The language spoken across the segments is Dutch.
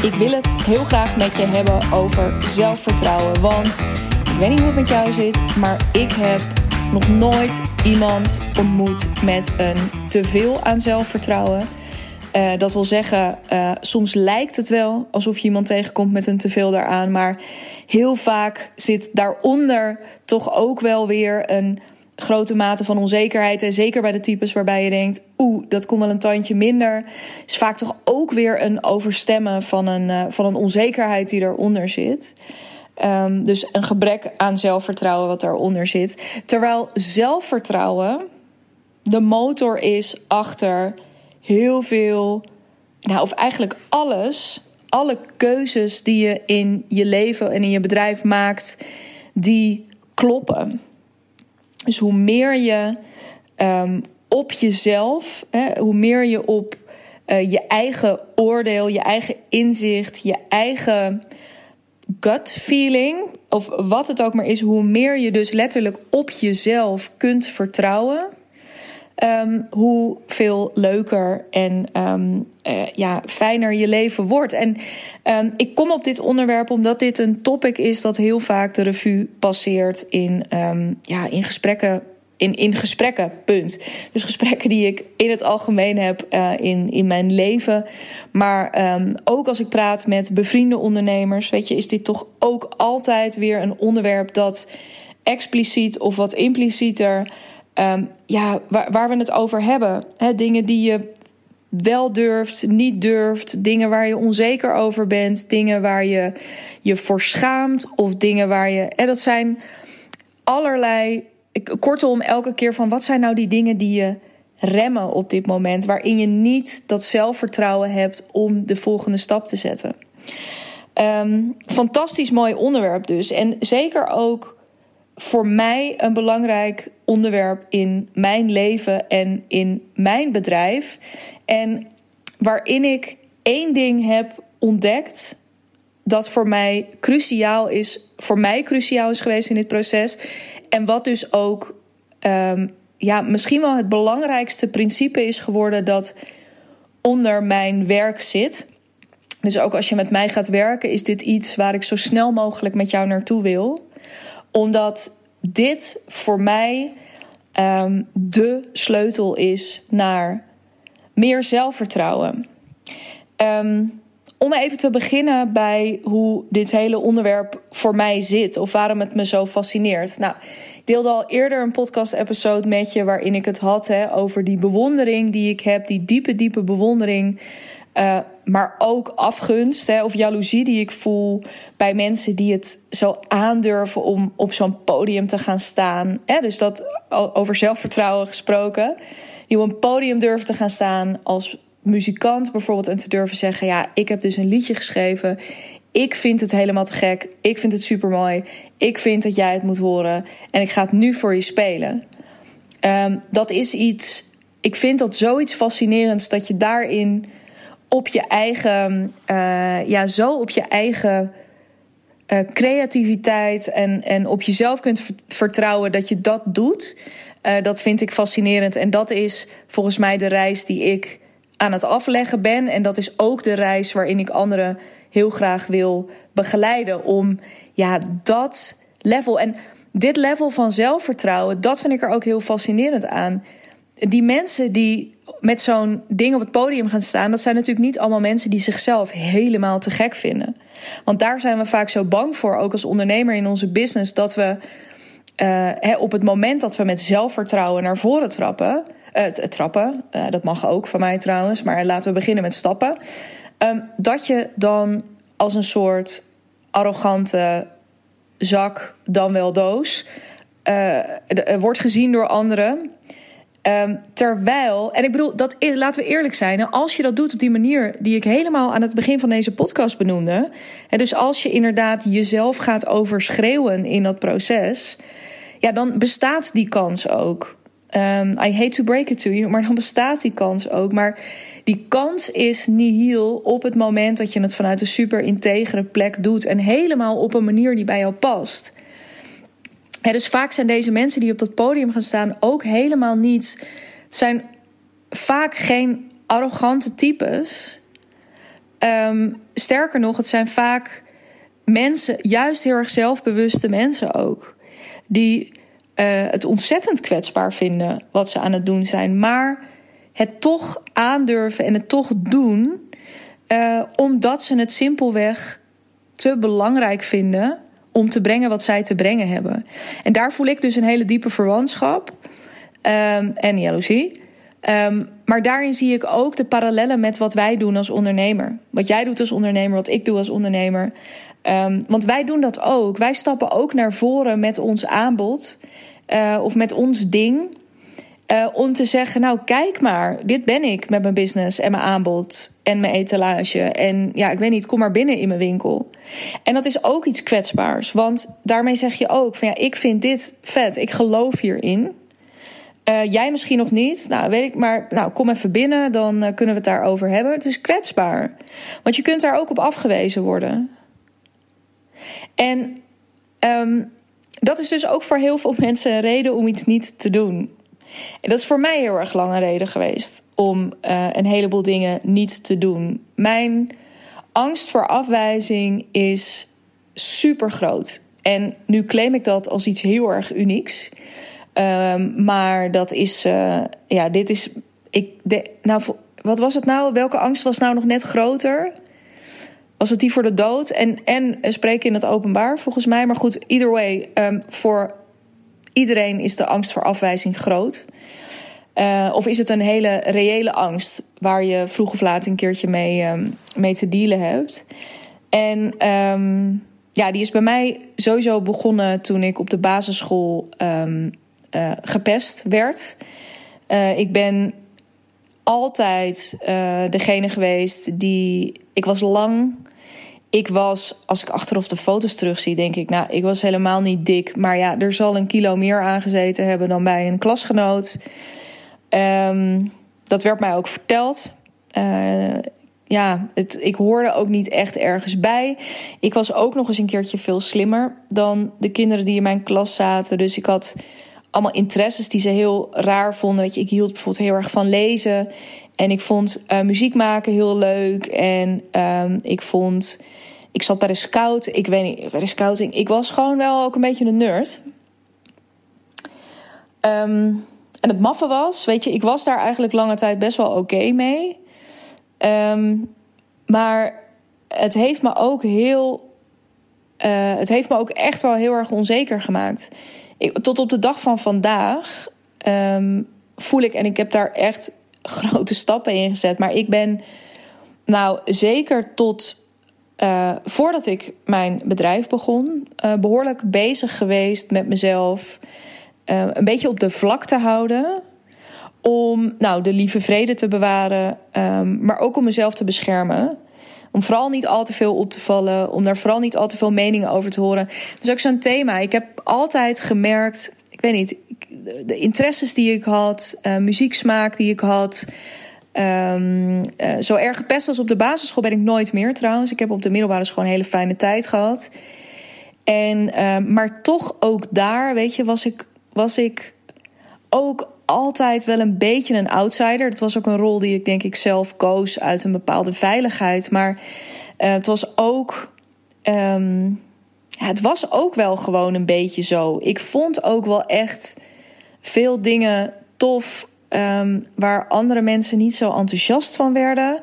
Ik wil het heel graag met je hebben over zelfvertrouwen. Want ik weet niet hoe het met jou zit, maar ik heb nog nooit iemand ontmoet met een teveel aan zelfvertrouwen. Dat wil zeggen, soms lijkt het wel alsof je iemand tegenkomt met een teveel daaraan. Maar heel vaak zit daaronder toch ook wel weer een grote mate van onzekerheid. En zeker bij de types waarbij je denkt, dat kon wel een tandje minder. Is vaak toch ook weer een overstemmen van een onzekerheid die eronder zit. Dus een gebrek aan zelfvertrouwen wat daaronder zit. Terwijl zelfvertrouwen de motor is achter heel veel, of eigenlijk alles, alle keuzes die je in je leven en in je bedrijf maakt, die kloppen. Dus hoe meer je op jezelf, hoe meer je op je eigen oordeel, je eigen inzicht, je eigen gut feeling, of wat het ook maar is, hoe meer je dus letterlijk op jezelf kunt vertrouwen, hoe veel leuker en fijner je leven wordt. En ik kom op dit onderwerp omdat dit een topic is dat heel vaak de revue passeert in gesprekken. In gesprekken, punt. Dus gesprekken die ik in het algemeen heb in mijn leven. Maar ook als ik praat met bevriende ondernemers, is dit toch ook altijd weer een onderwerp dat expliciet of wat implicieter, waar we het over hebben. Dingen die je wel durft, niet durft, dingen waar je onzeker over bent, dingen waar je je voor schaamt of dingen waar je, dat zijn allerlei. Kortom, elke keer van wat zijn nou die dingen die je remmen op dit moment, waarin je niet dat zelfvertrouwen hebt om de volgende stap te zetten. Fantastisch mooi onderwerp dus. En zeker ook voor mij een belangrijk onderwerp in mijn leven en in mijn bedrijf. En waarin ik één ding heb ontdekt dat voor mij cruciaal is geweest in dit proces. En wat dus ook misschien wel het belangrijkste principe is geworden dat onder mijn werk zit. Dus ook als je met mij gaat werken, is dit iets waar ik zo snel mogelijk met jou naartoe wil. Omdat dit voor mij de sleutel is naar meer zelfvertrouwen. Om even te beginnen bij hoe dit hele onderwerp voor mij zit, of waarom het me zo fascineert. Nou, ik deelde al eerder een podcast-episode met je waarin ik het had over die bewondering die ik heb, die diepe bewondering, maar ook afgunst of jaloezie die ik voel bij mensen die het zo aandurven om op zo'n podium te gaan staan. Dus dat over zelfvertrouwen gesproken, die op een podium durven te gaan staan als muzikant bijvoorbeeld en te durven zeggen, ik heb dus een liedje geschreven. Ik vind het helemaal te gek. Ik vind het supermooi. Ik vind dat jij het moet horen. En ik ga het nu voor je spelen. Dat is iets. Ik vind dat zoiets fascinerends dat je daarin op je eigen, zo op je eigen creativiteit en op jezelf kunt vertrouwen dat je dat doet. Dat vind ik fascinerend. En dat is volgens mij de reis die ik aan het afleggen ben. En dat is ook de reis waarin ik anderen heel graag wil begeleiden. Om dat level. En dit level van zelfvertrouwen, dat vind ik er ook heel fascinerend aan. Die mensen die met zo'n ding op het podium gaan staan, dat zijn natuurlijk niet allemaal mensen die zichzelf helemaal te gek vinden. Want daar zijn we vaak zo bang voor, ook als ondernemer in onze business, dat we op het moment dat we met zelfvertrouwen naar voren trappen, dat mag ook van mij trouwens, maar laten we beginnen met stappen. Dat je dan als een soort arrogante zak, dan wel doos, wordt gezien door anderen. Terwijl, en ik bedoel, laten we eerlijk zijn, als je dat doet op die manier die ik helemaal aan het begin van deze podcast benoemde, dus als je inderdaad jezelf gaat overschreeuwen in dat proces, dan bestaat die kans ook. I hate to break it to you, maar dan bestaat die kans ook. Maar die kans is nihil op het moment dat je het vanuit een super integere plek doet en helemaal op een manier die bij jou past. Dus vaak zijn deze mensen die op dat podium gaan staan ook helemaal niet. Het zijn vaak geen arrogante types. sterker nog, het zijn vaak mensen, juist heel erg zelfbewuste mensen ook, die het ontzettend kwetsbaar vinden wat ze aan het doen zijn, maar het toch aandurven en het toch doen, omdat ze het simpelweg te belangrijk vinden om te brengen wat zij te brengen hebben. En daar voel ik dus een hele diepe verwantschap en jaloezie. Maar daarin zie ik ook de parallellen met wat wij doen als ondernemer. Wat jij doet als ondernemer, wat ik doe als ondernemer. Want wij doen dat ook. Wij stappen ook naar voren met ons aanbod of met ons ding. Om te zeggen, nou kijk maar, dit ben ik met mijn business en mijn aanbod en mijn etalage. En ja, ik weet niet, kom maar binnen in mijn winkel. En dat is ook iets kwetsbaars. Want daarmee zeg je ook van ja, ik vind dit vet, ik geloof hierin. Jij misschien nog niet, nou weet ik, maar nou, kom even binnen, dan kunnen we het daarover hebben. Het is kwetsbaar, want je kunt daar ook op afgewezen worden. En dat is dus ook voor heel veel mensen een reden om iets niet te doen. En dat is voor mij heel erg lang een reden geweest om een heleboel dingen niet te doen. Mijn angst voor afwijzing is super groot. En nu claim ik dat als iets heel erg unieks. Maar dat is, dit is... wat was het nou? Welke angst was nou nog net groter? Was het die voor de dood? En spreken in het openbaar, volgens mij. Maar goed, either way, voor iedereen is de angst voor afwijzing groot. Of is het een hele reële angst waar je vroeg of laat een keertje mee te dealen hebt? En die is bij mij sowieso begonnen toen ik op de basisschool gepest werd. Ik ben altijd degene geweest die... Ik was lang. Ik was, als ik achteraf de foto's terugzie, denk ik... nou, ik was helemaal niet dik. Maar ja, er zal een kilo meer aangezeten hebben dan bij een klasgenoot. Dat werd mij ook verteld. Ik hoorde ook niet echt ergens bij. Ik was ook nog eens een keertje veel slimmer dan de kinderen die in mijn klas zaten. Dus ik had allemaal interesses die ze heel raar vonden. Weet je, ik hield bijvoorbeeld heel erg van lezen. En ik vond muziek maken heel leuk. En ik zat bij de scout. Ik weet niet, bij de scouting. Ik was gewoon wel ook een beetje een nerd. En het maffe was, weet je, ik was daar eigenlijk lange tijd best wel oké mee. Maar het heeft me ook echt wel heel erg onzeker gemaakt. Tot op de dag van vandaag voel ik, en ik heb daar echt grote stappen in gezet. Maar ik ben nou zeker tot voordat ik mijn bedrijf begon, behoorlijk bezig geweest met mezelf een beetje op de vlak te houden. Om de lieve vrede te bewaren, maar ook om mezelf te beschermen. Om vooral niet al te veel op te vallen. Om daar vooral niet al te veel meningen over te horen. Dat is ook zo'n thema. Ik heb altijd gemerkt, ik weet niet, de interesses die ik had, muzieksmaak die ik had. Zo erg gepest als op de basisschool ben ik nooit meer trouwens. Ik heb op de middelbare school een hele fijne tijd gehad. Maar toch ook daar, weet je, was ik ook altijd wel een beetje een outsider. Dat was ook een rol die ik denk ik zelf koos uit een bepaalde veiligheid. Maar het was ook het was ook wel gewoon een beetje zo. Ik vond ook wel echt veel dingen tof waar andere mensen niet zo enthousiast van werden.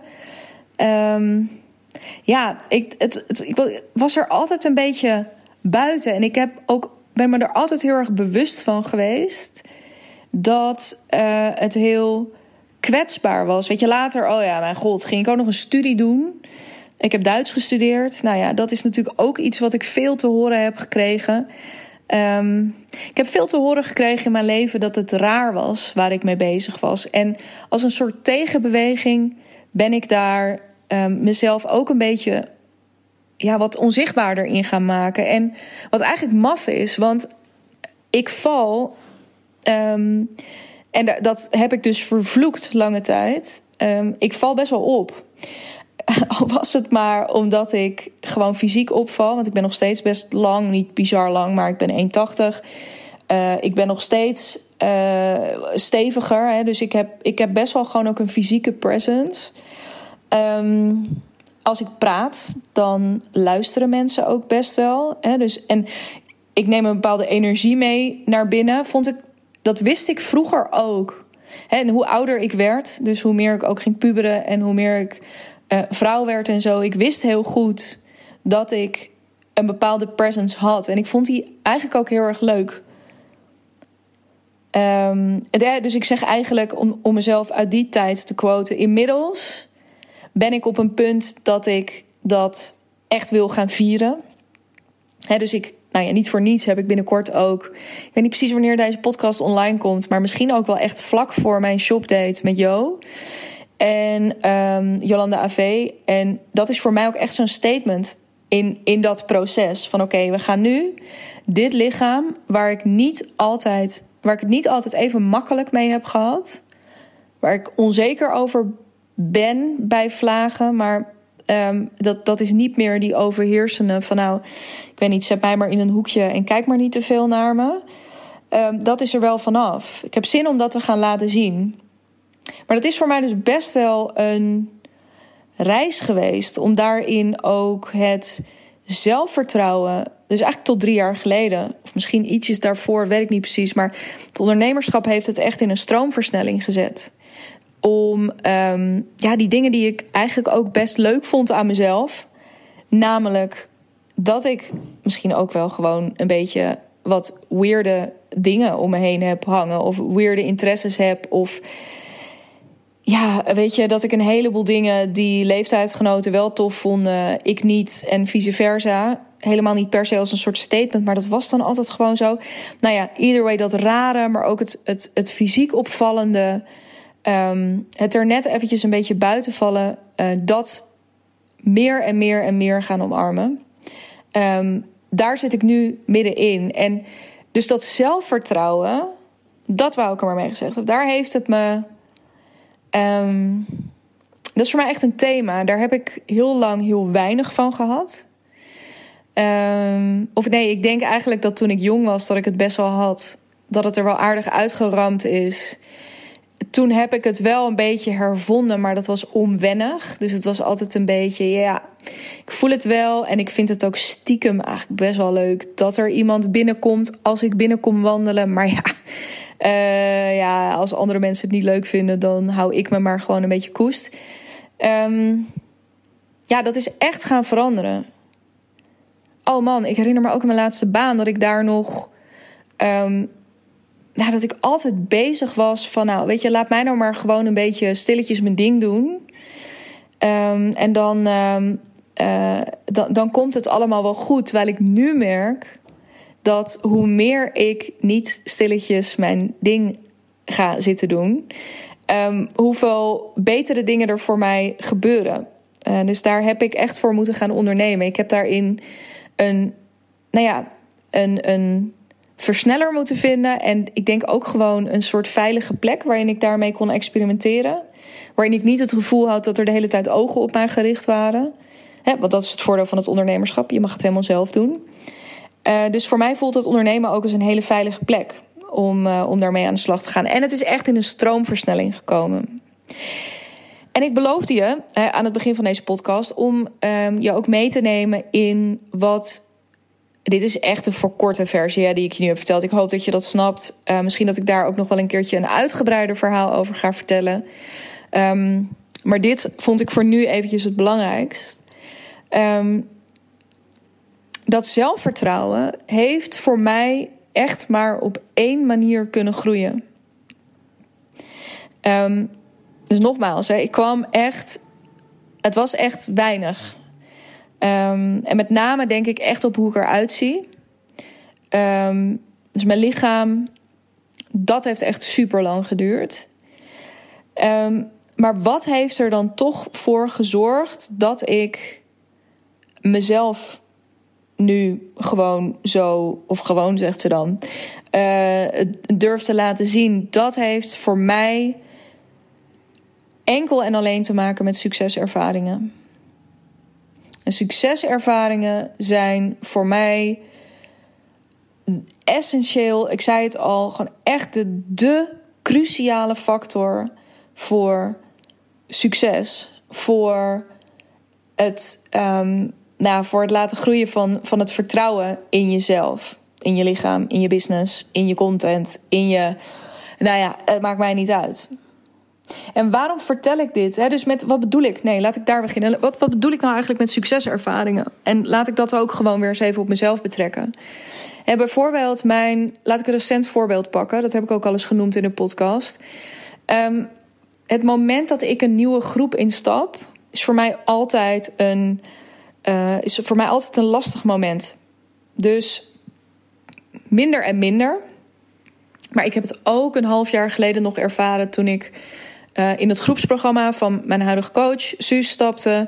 Ik was er altijd een beetje buiten. En ik ben me er altijd heel erg bewust van geweest dat het heel kwetsbaar was. Weet je, later, oh ja, mijn god, ging ik ook nog een studie doen. Ik heb Duits gestudeerd. Nou ja, dat is natuurlijk ook iets wat ik veel te horen heb gekregen. Ik heb veel te horen gekregen in mijn leven dat het raar was waar ik mee bezig was. En als een soort tegenbeweging ben ik daar mezelf ook een beetje wat onzichtbaarder in gaan maken. En wat eigenlijk maf is, want ik val. En dat heb ik dus vervloekt lange tijd. Ik val best wel op. Al was het maar omdat ik gewoon fysiek opval. Want ik ben nog steeds best lang. Niet bizar lang, maar ik ben 1,80. Ik ben nog steeds steviger. Hè, dus ik heb best wel gewoon ook een fysieke presence. als ik praat, dan luisteren mensen ook best wel. Hè? Dus, en ik neem een bepaalde energie mee naar binnen. Dat wist ik vroeger ook. Hè? En hoe ouder ik werd, dus hoe meer ik ook ging puberen en hoe meer ik vrouw werd en zo. Ik wist heel goed dat ik een bepaalde presence had. En ik vond die eigenlijk ook heel erg leuk. Dus ik zeg eigenlijk, om mezelf uit die tijd te quoten, inmiddels ben ik op een punt dat ik dat echt wil gaan vieren. Dus niet voor niets heb ik binnenkort ook, ik weet niet precies wanneer deze podcast online komt, maar misschien ook wel echt vlak voor mijn shopdate met Jo en Jolanda AV. En dat is voor mij ook echt zo'n statement in dat proces van oké, we gaan nu dit lichaam waar ik het niet altijd even makkelijk mee heb gehad, waar ik onzeker over ben bij vlagen, maar dat is niet meer die overheersende van ik weet niet, zet mij maar in een hoekje en kijk maar niet te veel naar me. Dat is er wel vanaf. Ik heb zin om dat te gaan laten zien. Maar dat is voor mij dus best wel een reis geweest om daarin ook het zelfvertrouwen, dus eigenlijk tot 3 jaar geleden, of misschien ietsjes daarvoor, weet ik niet precies, maar het ondernemerschap heeft het echt in een stroomversnelling gezet. Om die dingen die ik eigenlijk ook best leuk vond aan mezelf, namelijk dat ik misschien ook wel gewoon een beetje wat weirde dingen om me heen heb hangen, of weirde interesses heb, of weet je, dat ik een heleboel dingen die leeftijdsgenoten wel tof vonden, ik niet, en vice versa. Helemaal niet per se als een soort statement, maar dat was dan altijd gewoon zo. Either way, dat rare, maar ook het fysiek opvallende, het er net eventjes een beetje buiten vallen, dat meer en meer en meer gaan omarmen. Daar zit ik nu middenin. En dus dat zelfvertrouwen, dat wou ik er maar mee gezegd hebben. Daar heeft het me, dat is voor mij echt een thema. Daar heb ik heel lang heel weinig van gehad. Ik denk eigenlijk dat toen ik jong was, dat ik het best wel had, dat het er wel aardig uitgeramd is. Toen heb ik het wel een beetje hervonden, maar dat was onwennig. Dus het was altijd een beetje, ik voel het wel. En ik vind het ook stiekem eigenlijk best wel leuk dat er iemand binnenkomt als ik binnenkom wandelen. Maar als andere mensen het niet leuk vinden, dan hou ik me maar gewoon een beetje koest. Dat is echt gaan veranderen. Oh man, ik herinner me ook in mijn laatste baan dat ik daar nog, dat ik altijd bezig was van, laat mij nou maar gewoon een beetje stilletjes mijn ding doen. En dan komt het allemaal wel goed. Terwijl ik nu merk dat hoe meer ik niet stilletjes mijn ding ga zitten doen, hoeveel betere dingen er voor mij gebeuren. Dus daar heb ik echt voor moeten gaan ondernemen. Ik heb daarin een versneller moeten vinden. En ik denk ook gewoon een soort veilige plek waarin ik daarmee kon experimenteren. Waarin ik niet het gevoel had dat er de hele tijd ogen op mij gericht waren. Want dat is het voordeel van het ondernemerschap. Je mag het helemaal zelf doen. Dus voor mij voelt het ondernemen ook als een hele veilige plek om daarmee aan de slag te gaan. En het is echt in een stroomversnelling gekomen. En ik beloofde je aan het begin van deze podcast om je ook mee te nemen in wat. Dit is echt een verkorte versie die ik je nu heb verteld. Ik hoop dat je dat snapt. Misschien dat ik daar ook nog wel een keertje een uitgebreider verhaal over ga vertellen. Maar dit vond ik voor nu eventjes het belangrijkst. Dat zelfvertrouwen heeft voor mij echt maar op 1 manier kunnen groeien. Dus nogmaals, ik kwam echt. Het was echt weinig. En met name denk ik echt op hoe ik eruit zie. Dus mijn lichaam, dat heeft echt super lang geduurd. Maar wat heeft er dan toch voor gezorgd dat ik mezelf nu gewoon zo, of gewoon zegt ze dan, durf te laten zien? Dat heeft voor mij enkel en alleen te maken met succeservaringen. En succeservaringen zijn voor mij essentieel. Ik zei het al, gewoon echt de cruciale factor voor succes. Voor voor het laten groeien van het vertrouwen in jezelf. In je lichaam, in je business, in je content, in je... het maakt mij niet uit. En waarom vertel ik dit? Dus met wat bedoel ik? Nee, laat ik daar beginnen. Wat bedoel ik nou eigenlijk met succeservaringen? En laat ik dat ook gewoon weer eens even op mezelf betrekken. Bijvoorbeeld laat ik een recent voorbeeld pakken. Dat heb ik ook al eens genoemd in de podcast. Het moment dat ik een nieuwe groep instap, is voor mij altijd een lastig moment. Dus minder en minder. Maar ik heb het ook een half jaar geleden nog ervaren toen ik in het groepsprogramma van mijn huidige coach, Suus, stapte.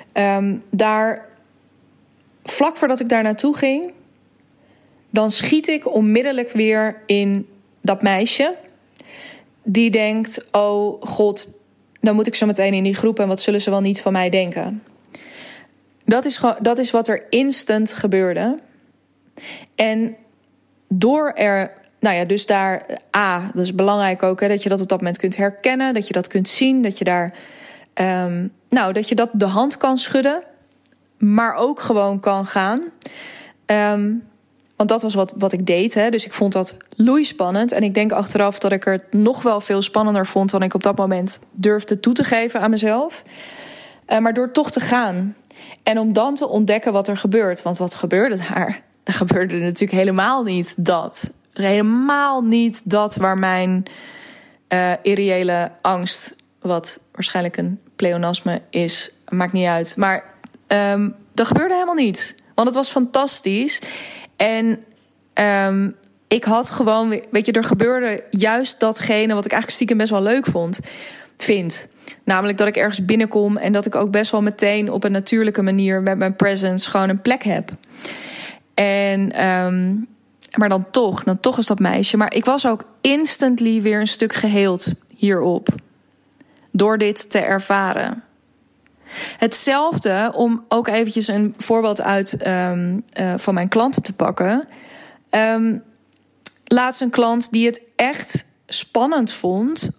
Vlak voordat ik daar naartoe ging, dan schiet ik onmiddellijk weer in dat meisje die denkt, oh god, dan moet ik zo meteen in die groep en wat zullen ze wel niet van mij denken. Dat is wat er instant gebeurde. En door dus daar, dat is belangrijk ook, dat je dat op dat moment kunt herkennen, dat je dat kunt zien, dat je daar, dat je dat de hand kan schudden, maar ook gewoon kan gaan. Want dat was wat ik deed, dus ik vond dat loeispannend. En ik denk achteraf dat ik het nog wel veel spannender vond dan ik op dat moment durfde toe te geven aan mezelf. Maar door toch te gaan en om dan te ontdekken wat er gebeurt. Want wat gebeurde daar? Er gebeurde natuurlijk helemaal niet dat. Helemaal niet dat waar mijn irreële angst, wat waarschijnlijk een pleonasme is, maakt niet uit. Maar dat gebeurde helemaal niet. Want het was fantastisch. En ik had gewoon, er gebeurde juist datgene wat ik eigenlijk stiekem best wel leuk vind. Namelijk dat ik ergens binnenkom en dat ik ook best wel meteen op een natuurlijke manier met mijn presence gewoon een plek heb. Maar dan toch is dat meisje. Maar ik was ook instantly weer een stuk geheeld hierop. Door dit te ervaren. Hetzelfde, om ook eventjes een voorbeeld uit van mijn klanten te pakken. Laatst een klant die het echt spannend vond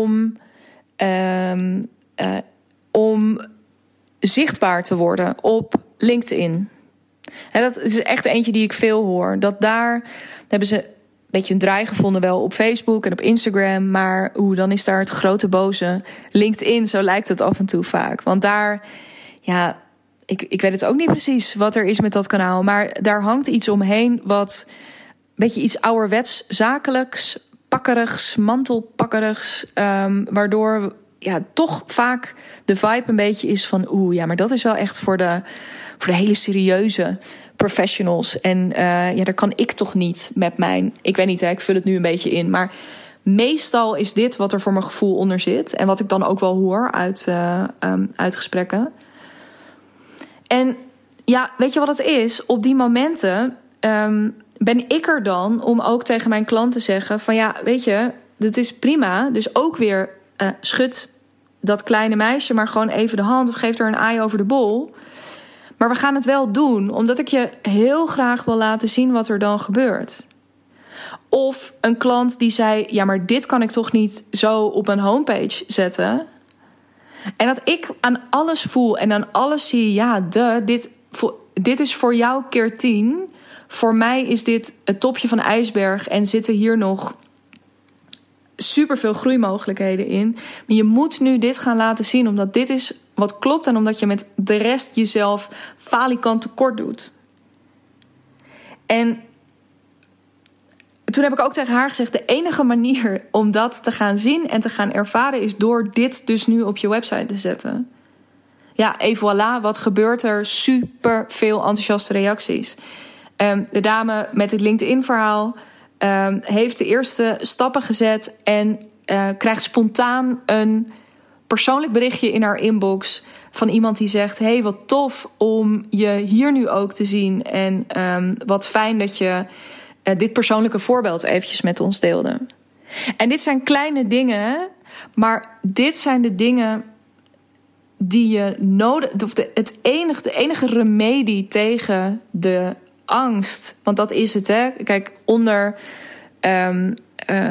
om zichtbaar te worden op LinkedIn. Dat is echt eentje die ik veel hoor. Daar hebben ze een beetje een draai gevonden wel op Facebook en op Instagram. Maar dan is daar het grote boze LinkedIn. Zo lijkt het af en toe vaak. Want daar, ik weet het ook niet precies wat er is met dat kanaal. Maar daar hangt iets omheen wat een beetje iets ouderwets, zakelijks, pakkerigs, mantelpakkerigs. Waardoor toch vaak de vibe een beetje is van maar dat is wel echt voor de hele serieuze professionals. En daar kan ik toch niet met mijn... Ik weet niet, ik vul het nu een beetje in. Maar meestal is dit wat er voor mijn gevoel onder zit. En wat ik dan ook wel hoor uit gesprekken. En weet je wat het is? Op die momenten ben ik er dan om ook tegen mijn klant te zeggen van weet je, dit is prima. Dus ook weer schud dat kleine meisje maar gewoon even de hand of geef er een aai over de bol. Maar we gaan het wel doen, omdat ik je heel graag wil laten zien wat er dan gebeurt. Of een klant die zei, maar dit kan ik toch niet zo op een homepage zetten. En dat ik aan alles voel en aan alles zie, dit is voor jou keer 10. Voor mij is dit het topje van de ijsberg en zitten hier nog superveel groeimogelijkheden in. Maar je moet nu dit gaan laten zien, omdat dit is wat klopt en omdat je met de rest jezelf falikant tekort doet. En toen heb ik ook tegen haar gezegd, de enige manier om dat te gaan zien en te gaan ervaren is door dit dus nu op je website te zetten. Et voilà, wat gebeurt er? Super veel enthousiaste reacties. De dame met het LinkedIn-verhaal heeft de eerste stappen gezet en krijgt spontaan een persoonlijk berichtje in haar inbox van iemand die zegt, hey, wat tof om je hier nu ook te zien. En wat fijn dat je dit persoonlijke voorbeeld eventjes met ons deelde. En dit zijn kleine dingen, maar dit zijn de dingen die je nodig... de enige remedie tegen de angst. Want dat is het, hè. Kijk, onder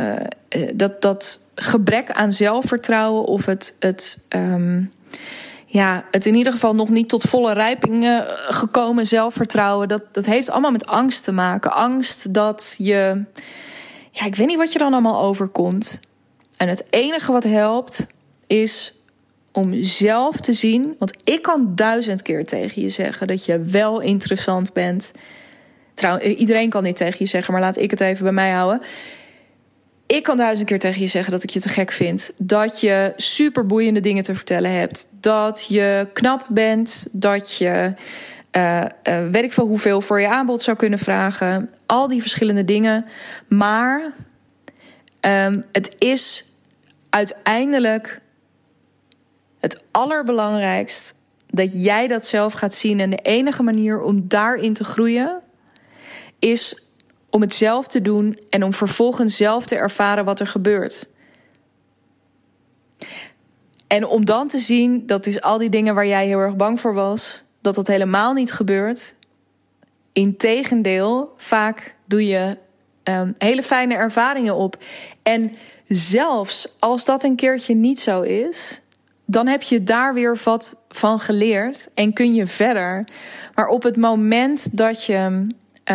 dat gebrek aan zelfvertrouwen of het in ieder geval nog niet tot volle rijping gekomen zelfvertrouwen. Dat heeft allemaal met angst te maken. Angst dat je... ik weet niet wat je dan allemaal overkomt. En het enige wat helpt is om zelf te zien... Want ik kan 1000 keer tegen je zeggen dat je wel interessant bent. Trouwens, iedereen kan dit tegen je zeggen, maar laat ik het even bij mij houden. Ik kan 1000 keer tegen je zeggen dat ik je te gek vind. Dat je superboeiende dingen te vertellen hebt. Dat je knap bent. Dat je weet ik veel hoeveel voor je aanbod zou kunnen vragen. Al die verschillende dingen. Maar het is uiteindelijk het allerbelangrijkst dat jij dat zelf gaat zien. En de enige manier om daarin te groeien is om het zelf te doen en om vervolgens zelf te ervaren wat er gebeurt. En om dan te zien dat dus al die dingen waar jij heel erg bang voor was, dat dat helemaal niet gebeurt. Integendeel, vaak doe je hele fijne ervaringen op. En zelfs als dat een keertje niet zo is, dan heb je daar weer wat van geleerd en kun je verder. Maar op het moment dat je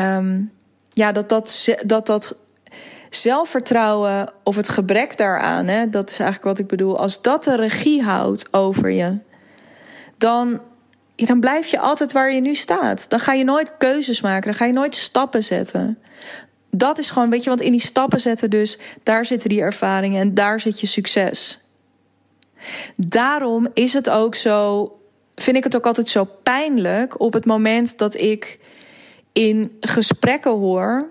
dat zelfvertrouwen of het gebrek daaraan, dat is eigenlijk wat ik bedoel, als dat de regie houdt over je, dan blijf je altijd waar je nu staat. Dan ga je nooit keuzes maken, dan ga je nooit stappen zetten. Dat is gewoon, want in die stappen zetten dus, daar zitten die ervaringen en daar zit je succes. Daarom is het ook zo, vind ik het ook altijd zo pijnlijk op het moment dat ik in gesprekken hoor,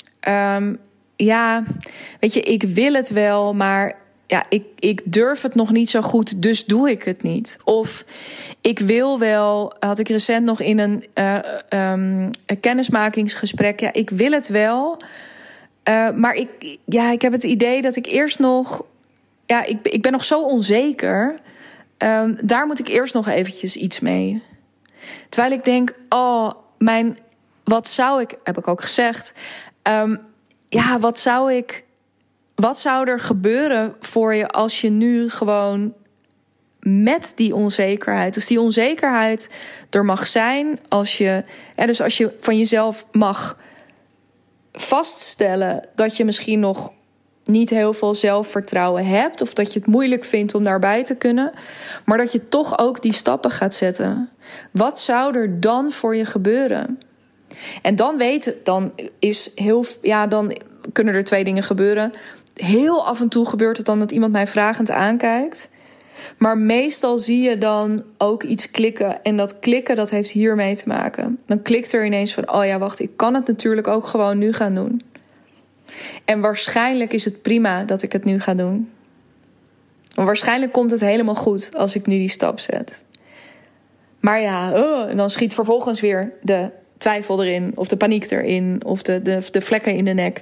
ik wil het wel, maar ik durf het nog niet zo goed, dus doe ik het niet. Of ik wil wel, had ik recent nog in een kennismakingsgesprek, ik wil het wel, maar ik heb het idee dat ik eerst nog, ik ben nog zo onzeker, daar moet ik eerst nog eventjes iets mee. Terwijl ik denk, wat zou ik, heb ik ook gezegd, wat zou er gebeuren voor je als je nu gewoon met die onzekerheid, dus die onzekerheid er mag zijn, als je van jezelf mag vaststellen dat je misschien nog niet heel veel zelfvertrouwen hebt, of dat je het moeilijk vindt om daarbij te kunnen, maar dat je toch ook die stappen gaat zetten. Wat zou er dan voor je gebeuren? En dan dan kunnen er 2 dingen gebeuren. Heel af en toe gebeurt het dan dat iemand mij vragend aankijkt. Maar meestal zie je dan ook iets klikken. En dat klikken, dat heeft hiermee te maken. Dan klikt er ineens van, wacht, ik kan het natuurlijk ook gewoon nu gaan doen. En waarschijnlijk is het prima dat ik het nu ga doen. Want waarschijnlijk komt het helemaal goed als ik nu die stap zet. Maar en dan schiet vervolgens weer de twijfel erin, of de paniek erin, of de vlekken in de nek.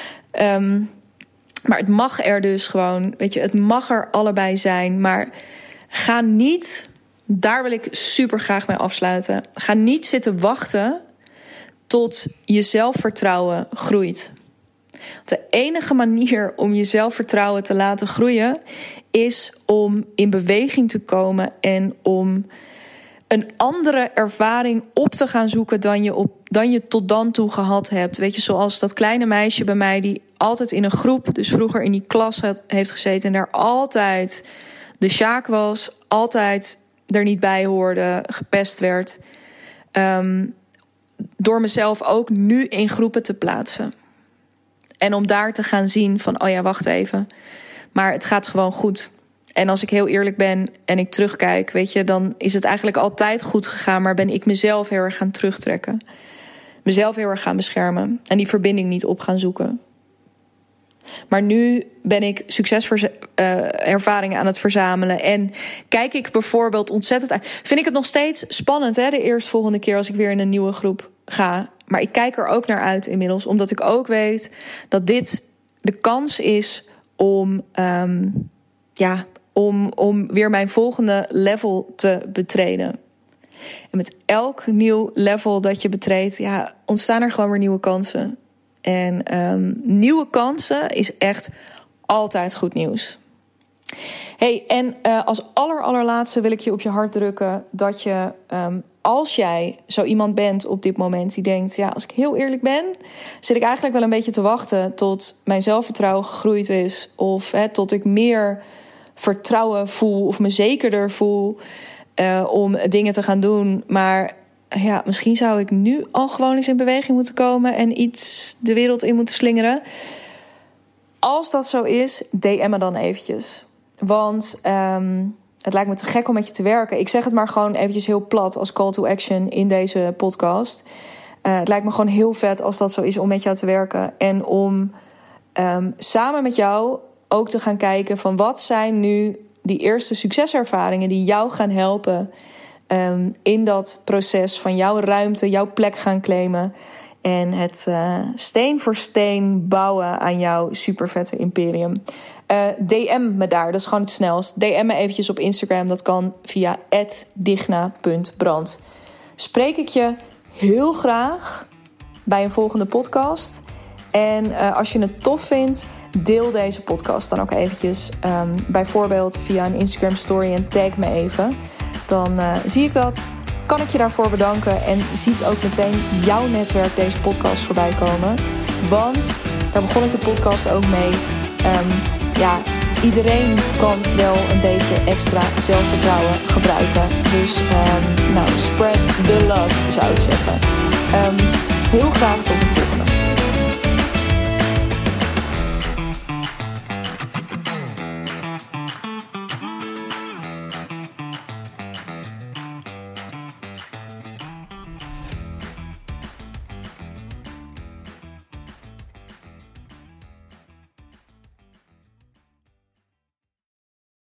Maar het mag er dus gewoon, het mag er allebei zijn. Maar ga niet, daar wil ik super graag mee afsluiten. Ga niet zitten wachten tot je zelfvertrouwen groeit. Want de enige manier om je zelfvertrouwen te laten groeien is om in beweging te komen en om een andere ervaring op te gaan zoeken dan je tot dan toe gehad hebt. Weet je, zoals dat kleine meisje bij mij die altijd in een groep, dus vroeger in die klas heeft gezeten en daar altijd de sjaak was, altijd er niet bij hoorde, gepest werd. Door mezelf ook nu in groepen te plaatsen. En om daar te gaan zien van, wacht even, maar het gaat gewoon goed. En als ik heel eerlijk ben en ik terugkijk, dan is het eigenlijk altijd goed gegaan, maar ben ik mezelf heel erg gaan terugtrekken. Mezelf heel erg gaan beschermen en die verbinding niet op gaan zoeken. Maar nu ben ik succeservaringen aan het verzamelen en kijk ik bijvoorbeeld ontzettend uit. Vind ik het nog steeds spannend, de eerstvolgende keer als ik weer in een nieuwe groep ga. Maar ik kijk er ook naar uit inmiddels, omdat ik ook weet dat dit de kans is om weer mijn volgende level te betreden. En met elk nieuw level dat je betreedt, ontstaan er gewoon weer nieuwe kansen. En nieuwe kansen is echt altijd goed nieuws. Hey, en als allerlaatste wil ik je op je hart drukken dat je, als jij zo iemand bent op dit moment die denkt, ja, als ik heel eerlijk ben, zit ik eigenlijk wel een beetje te wachten tot mijn zelfvertrouwen gegroeid is, of tot ik meer vertrouwen voel of me zekerder voel om dingen te gaan doen. Maar ja, misschien zou ik nu al gewoon eens in beweging moeten komen en iets de wereld in moeten slingeren. Als dat zo is, DM me dan eventjes. Want het lijkt me te gek om met je te werken. Ik zeg het maar gewoon eventjes heel plat als call to action in deze podcast. Het lijkt me gewoon heel vet als dat zo is om met jou te werken. En om samen met jou ook te gaan kijken van wat zijn nu die eerste succeservaringen die jou gaan helpen in dat proces van jouw ruimte, jouw plek gaan claimen. En het steen voor steen bouwen aan jouw supervette imperium. DM me daar, dat is gewoon het snelst. DM me eventjes op Instagram, dat kan via @digna.brand. Spreek ik je heel graag bij een volgende podcast. En als je het tof vindt, deel deze podcast dan ook eventjes. Bijvoorbeeld via een Instagram story en tag me even. Dan zie ik dat, kan ik je daarvoor bedanken en ziet ook meteen jouw netwerk deze podcast voorbij komen. Want, daar begon ik de podcast ook mee, iedereen kan wel een beetje extra zelfvertrouwen gebruiken. Dus spread the love, zou ik zeggen. Heel graag tot de volgende.